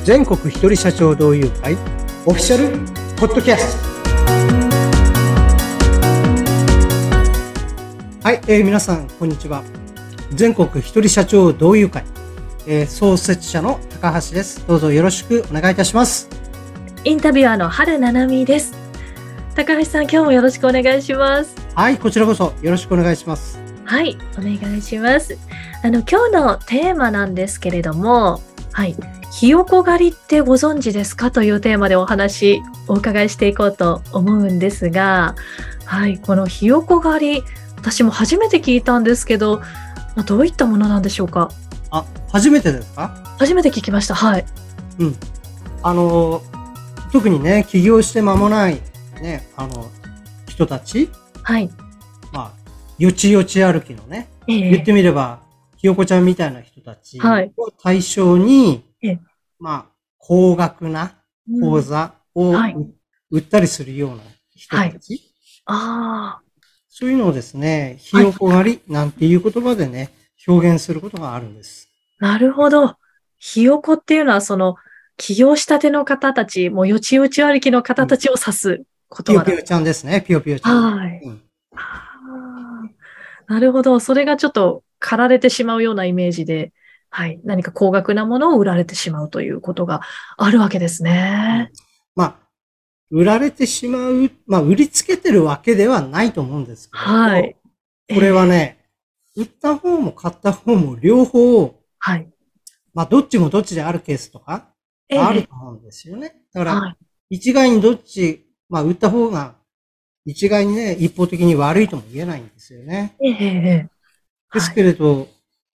全国一人社長同友会オフィシャルポッドキャスト。はい、皆さんこんにちは。全国一人社長同友会、創設者の高橋です。どうぞよろしくお願いいたします。 インタビュアーの春七海です。高橋さん、今日もよろしくお願いします。 はい、こちらこそよろしくお願いします。 はい、お願いします。今日のテーマなんですけれども、はい、ひよこ狩りってご存知ですかというテーマでお話お伺いしていこうと思うんですが、はい、このひよこ狩り、私も初めて聞いたんですけど、どういったものなんでしょうか？ 初めてですか？ 初めて聞きました。はい。 うん。特にね、起業して間もないね、人たち、 はい。 よちよち歩きのね、言ってみれば、ひよこちゃんみたいな人たちを対象に、高額な講座を売ったりするような人たち。そういうのをですね、ひよこ狩りなんていう言葉でね、表現することがあるんです。 なるほど。ひよこっていうのは、起業したての方たち、もうよちよち歩きの方たちを指す言葉だ。 ぴよぴよちゃんですね、ぴよぴよちゃん。 はい。なるほど。それがちょっと狩られてしまうようなイメージで、はい。何か高額なものを売られてしまうということがあるわけですね。 売られてしまう、売りつけてるわけではないと思うんですけど、はい。これはね、売った方も買った方も両方、 はい。 どっちもどっちであるケースとか、あると思うんですよね。だから、一概にどっち、売った方が、一概にね、一方的に悪いとも言えないんですよね。ですけれど、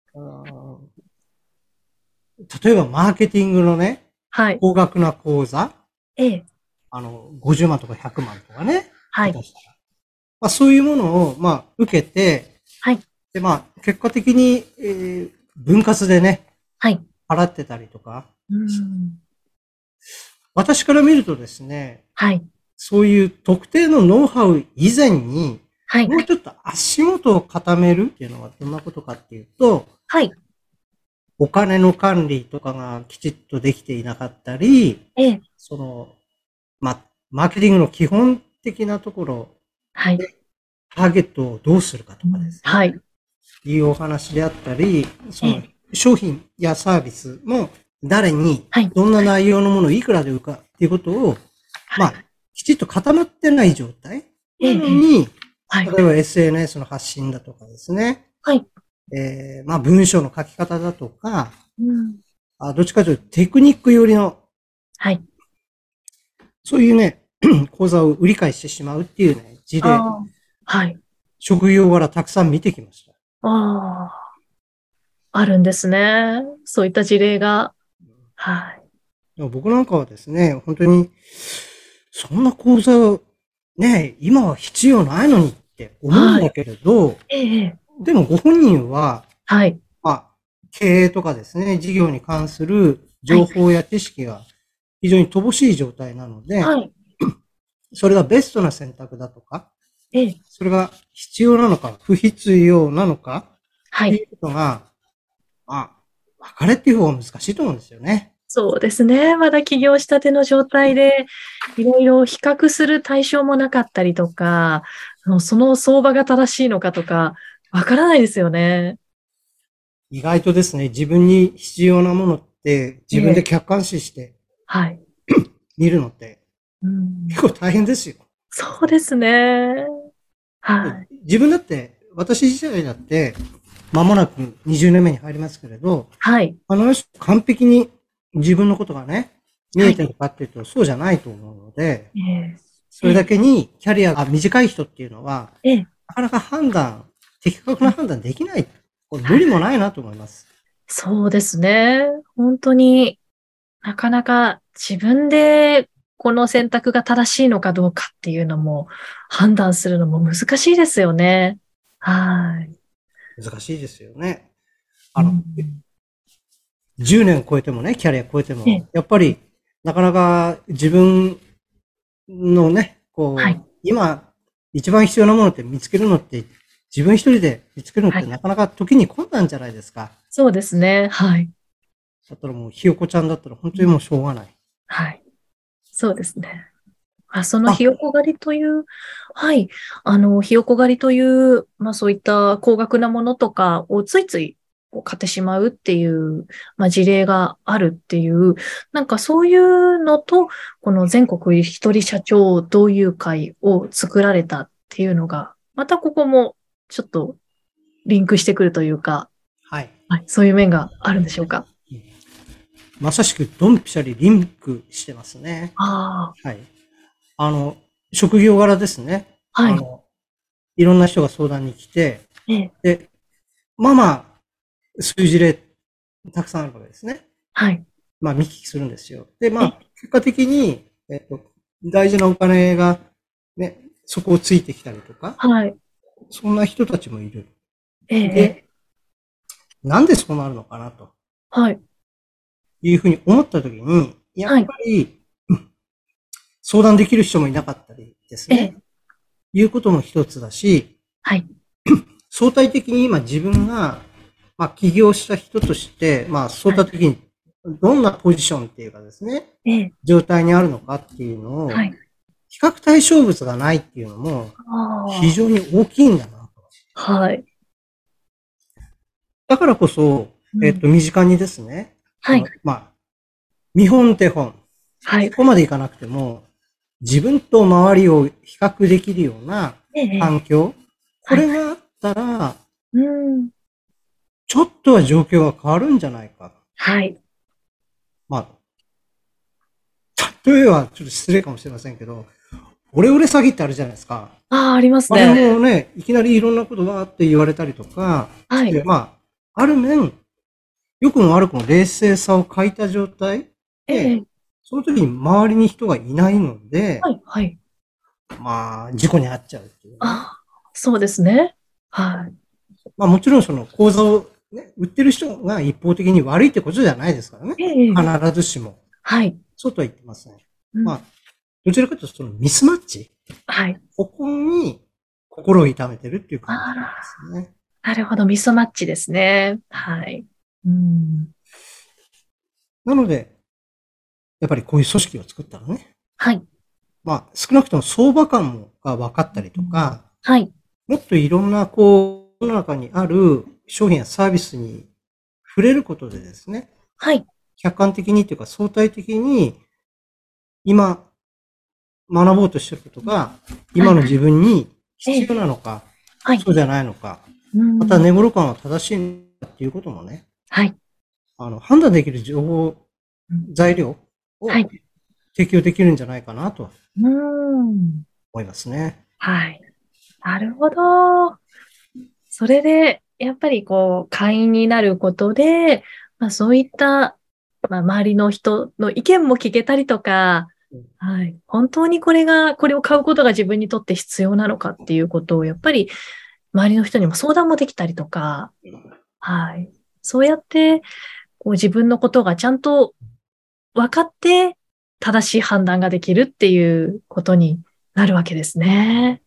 例えばマーケティングのね、高額な講座、50万とか100万とかね、そういうものを、受けて、で、結果的に、分割でね、払ってたりとか、私から見るとですね、そういう特定のノウハウ以前に、もうちょっと足元を固めるっていうのはどんなことかっていうと、お金の管理とかがきちっとできていなかったり、マーケティングの基本的なところで、ターゲットをどうするかとかですね。いうお話であったり、商品やサービスも誰にどんな内容のものをいくらで売るかっていうことを、きちっと固まってない状態なのに、例えば SNS の発信だとかですね。文章の書き方だとか、どっちかというとテクニック寄りの、そういうね、講座を売り買いしてしまうっていうね、事例。職業柄たくさん見てきました。 あるんですね。そういった事例が。 僕なんかはですね、本当に、そんな講座、ね、今は必要ないのにって思うんだけれど、でもご本人は、経営とかですね、事業に関する情報や知識が非常に乏しい状態なので、それがベストな選択だとか、それが必要なのか、不必要なのか、っていうことが、分かれっていう方が難しいと思うんですよね。 そうですね。まだ起業したての状態で、いろいろ比較する対象もなかったりとか、その相場が正しいのかとか、わからないですよね。 意外とですね、自分に必要なものって自分で客観視して、見るのって、結構大変ですよ。 そうですね。 自分だって、私自体だって、間もなく20年目に入りますけれど、完璧に自分のことがね、見えてるかっていうと、そうじゃないと思うので、それだけにキャリアが短い人っていうのは、なかなか的確な判断できない。これ無理もないなと思います。 そうですね。本当になかなか自分でこの選択が正しいのかどうかっていうのも判断するのも難しいですよね。 難しいですよね。10年超えてもね、キャリア超えても、やっぱりなかなか自分のね、今一番必要なものって見つけるのって自分一人で見つけるのってなかなか時に困難じゃないですか。 そうですね。 だったらもうひよこちゃんだったら本当にもうしょうがない。 はい。そうですね。そのひよこ狩りという、はい。ひよこ狩りという、そういった高額なものとかをついつい買ってしまうっていう、事例があるっていう、なんかそういうのと、この全国一人社長同友会を作られたっていうのが、またここもちょっとリンクしてくるというか、 はい。 はい、そういう面があるんでしょうか。 まさしくドンピシャリリンクしてますね。 ああ。はい。職業柄ですね。 はい。 いろんな人が相談に来て、で、数字例たくさんあるわけですね。 はい。 見聞きするんですよ。で、結果的に、大事なお金がね、そこをついてきたりとか、 はい。 そんな人たちもいる。で、なんでそうなるのかなと。 はい。 いうふうに思ったときに、やっぱり、相談できる人もいなかったりですね。いうことも一つだし、 はい。 相対的に今自分が、起業した人として、相対的にどんなポジションっていうかですね、状態にあるのかっていうのを、比較対象物がないっていうのも、非常に大きいんだなと。 はい。 だからこそ、身近にですね、 はい。 見本手本。はい。そこまでいかなくても、自分と周りを比較できるような環境、これがあったら、ちょっとは状況が変わるんじゃないか。 はい。 例えばちょっと失礼かもしれませんけど、オレオレ詐欺ってあるじゃないですか。 ありますね。 あれもね、いきなりいろんなことがあって言われたりとか、はい。ある面、良くも悪くも冷静さを欠いた状態で、その時に周りに人がいないので、はい、はい。事故に遭っちゃうっていう、ね。 そうですね。はい。 もちろんその口座をね、売ってる人が一方的に悪いってことじゃないですからね。必ずしも。はい。そうとは言ってますね。どちらかというとそのミスマッチ。はい。ここに心を痛めてるっていう感じですね。 なるほど、ミスマッチですね。はい。 なので、やっぱりこういう組織を作ったらね。 はい。 少なくとも相場感が分かったりとか、 はい。 もっといろんな世の中にある商品やサービスに触れることでですね。はい。客観的にというか相対的に、今、学ぼうとしていることが、今の自分に必要なのか、そうじゃないのか、また寝頃感は正しいのかっていうこともね。はい。判断できる情報、材料を提供できるんじゃないかなと思いますね。 はい。なるほど。それで、やっぱり会員になることで、そういった、周りの人の意見も聞けたりとか、はい。本当にこれを買うことが自分にとって必要なのかっていうことを、やっぱり、周りの人にも相談もできたりとか、はい。そうやって、自分のことがちゃんと分かって、正しい判断ができるっていうことになるわけですね。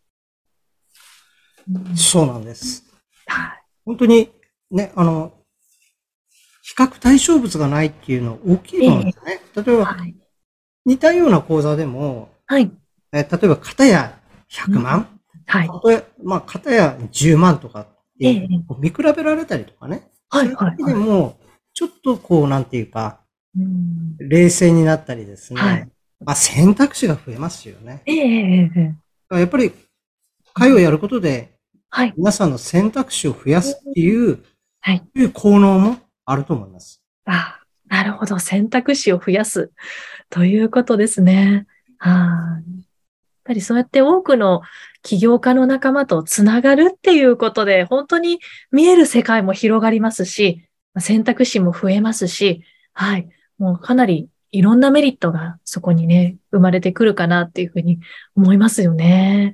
そうなんです。本当にね、比較対象物がないっていうのは大きいと思うんですね。例えば、似たような講座でも、例えば、片や100万、片や10万とかっていう、見比べられたりとかね。その時でも、ちょっとなんていうか、冷静になったりですね。選択肢が増えますよね。やっぱり、会をやることで、皆さんの選択肢を増やすっていう、効能もあると思います。 なるほど。選択肢を増やすということですね。やっぱりそうやって多くの起業家の仲間とつながるっていうことで、本当に見える世界も広がりますし、選択肢も増えますし、はい。もうかなりいろんなメリットがそこにね、生まれてくるかなっていうふうに思いますよね。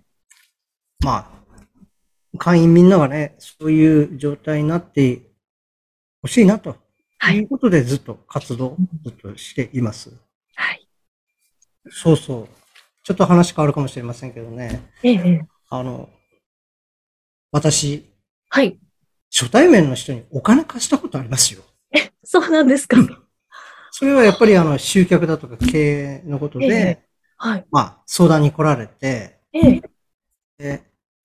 会員みんながね、そういう状態になってほしいなということでずっと活動ずっとしています。はい。そうそう。ちょっと話変わるかもしれませんけどね。私。はい。初対面の人にお金貸したことありますよ。 そうなんですか。 それはやっぱり集客だとか経営のことで、 はい。 まあ、相談に来られて、で、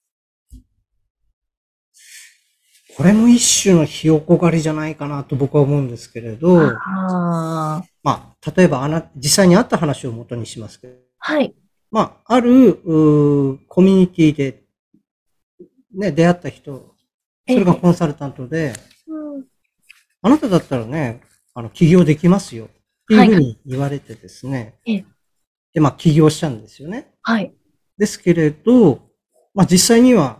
これも一種のひよこ狩りじゃないかなと僕は思うんですけれど、まあ、例えば実際にあった話を元にしますけど、 はい。 まあ、ある、コミュニティで、ね、出会った人、それがコンサルタントで、あなただったらね、起業できますよっていうふうに言われてですね、で、まあ、起業したんですよね。 はい。 ですけれど、まあ、実際には、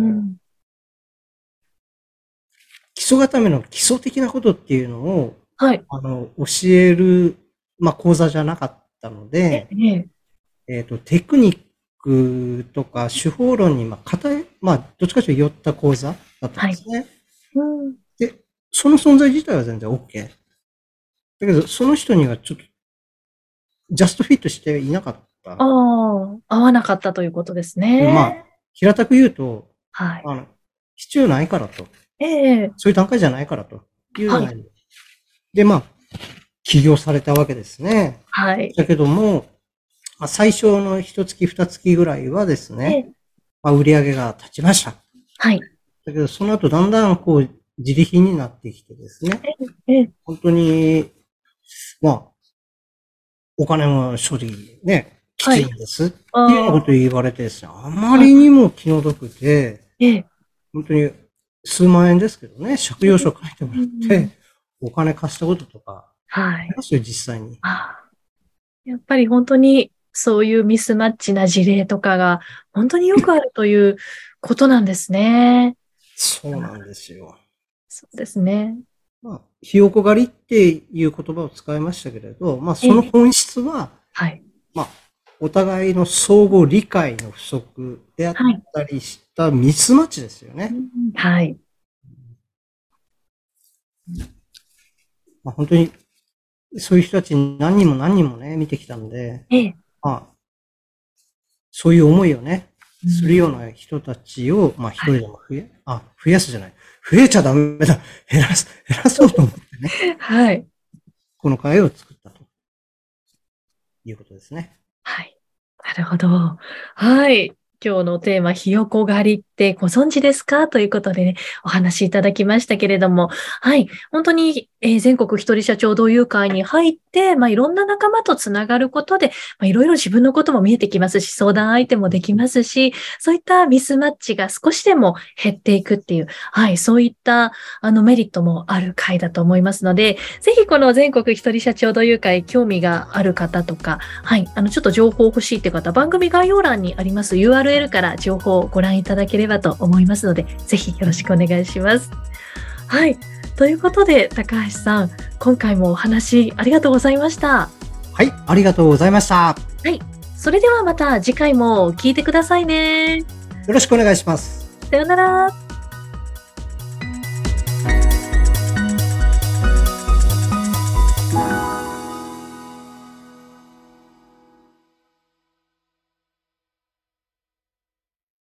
基礎固めの基礎的なことっていうのを、 はい。 教える、まあ、講座じゃなかったので、テクニックとか手法論に、まあ、どっちかというと寄った講座だったんですね。で、その存在自体は全然 OK。だけど、その人にはちょっと、ジャストフィットしていなかった。 合わなかったということですね。 まあ、平たく言うと、必要ないからと。そういう段階じゃないからというような、で、まあ、起業されたわけですね。 はい。 だけども、まあ、最初の1月、2月ぐらいはですね、まあ、売り上げが立ちました。 はい。 だけど、その後だんだんこう、自利品になってきてですね、本当に、まあ、お金の処理ね、きついんですっていうようなことを言われてですね、あまりにも気の毒で、本当に数万円ですけどね、借用書書いてもらって、お金貸したこととか、ありますよ、実際に。 やっぱり本当にそういうミスマッチな事例とかが本当によくあるということなんですね。 そうなんですよ。 そうですね。 まあ、ひよこ狩りっていう言葉を使いましたけれど、まあ、その本質は、まあ、お互いの相互理解の不足であったりしたミスマッチですよね。 はい。 まあ、本当に、そういう人たちに何人もね、見てきたんで、まあ、そういう思いをね、するような人たちを、まあ、一人でも増やすじゃない。増えちゃダメだ。減らそうと思ってね。 はい。 この会を作ったということですね。 はい。なるほど。はい。今日のテーマ、ひよこ狩りってご存知ですかということでね、お話しいただきましたけれども、はい。本当に、全国一人社長同友会に入って、いろんな仲間とつながることで、いろいろ自分のことも見えてきますし、相談相手もできますし、そういったミスマッチが少しでも減っていくっていう、はい。そういった、メリットもある会だと思いますので、ぜひこの全国一人社長同友会、興味がある方とか、はい。ちょっと情報欲しいって方、番組概要欄にあります URL から情報をご覧いただければと思いますので、ぜひよろしくお願いします。はい。ということで、高橋さん、今回もお話ありがとうございました。 はい、ありがとうございました。 はい。それではまた次回も聞いてくださいね。 よろしくお願いします。 さようなら。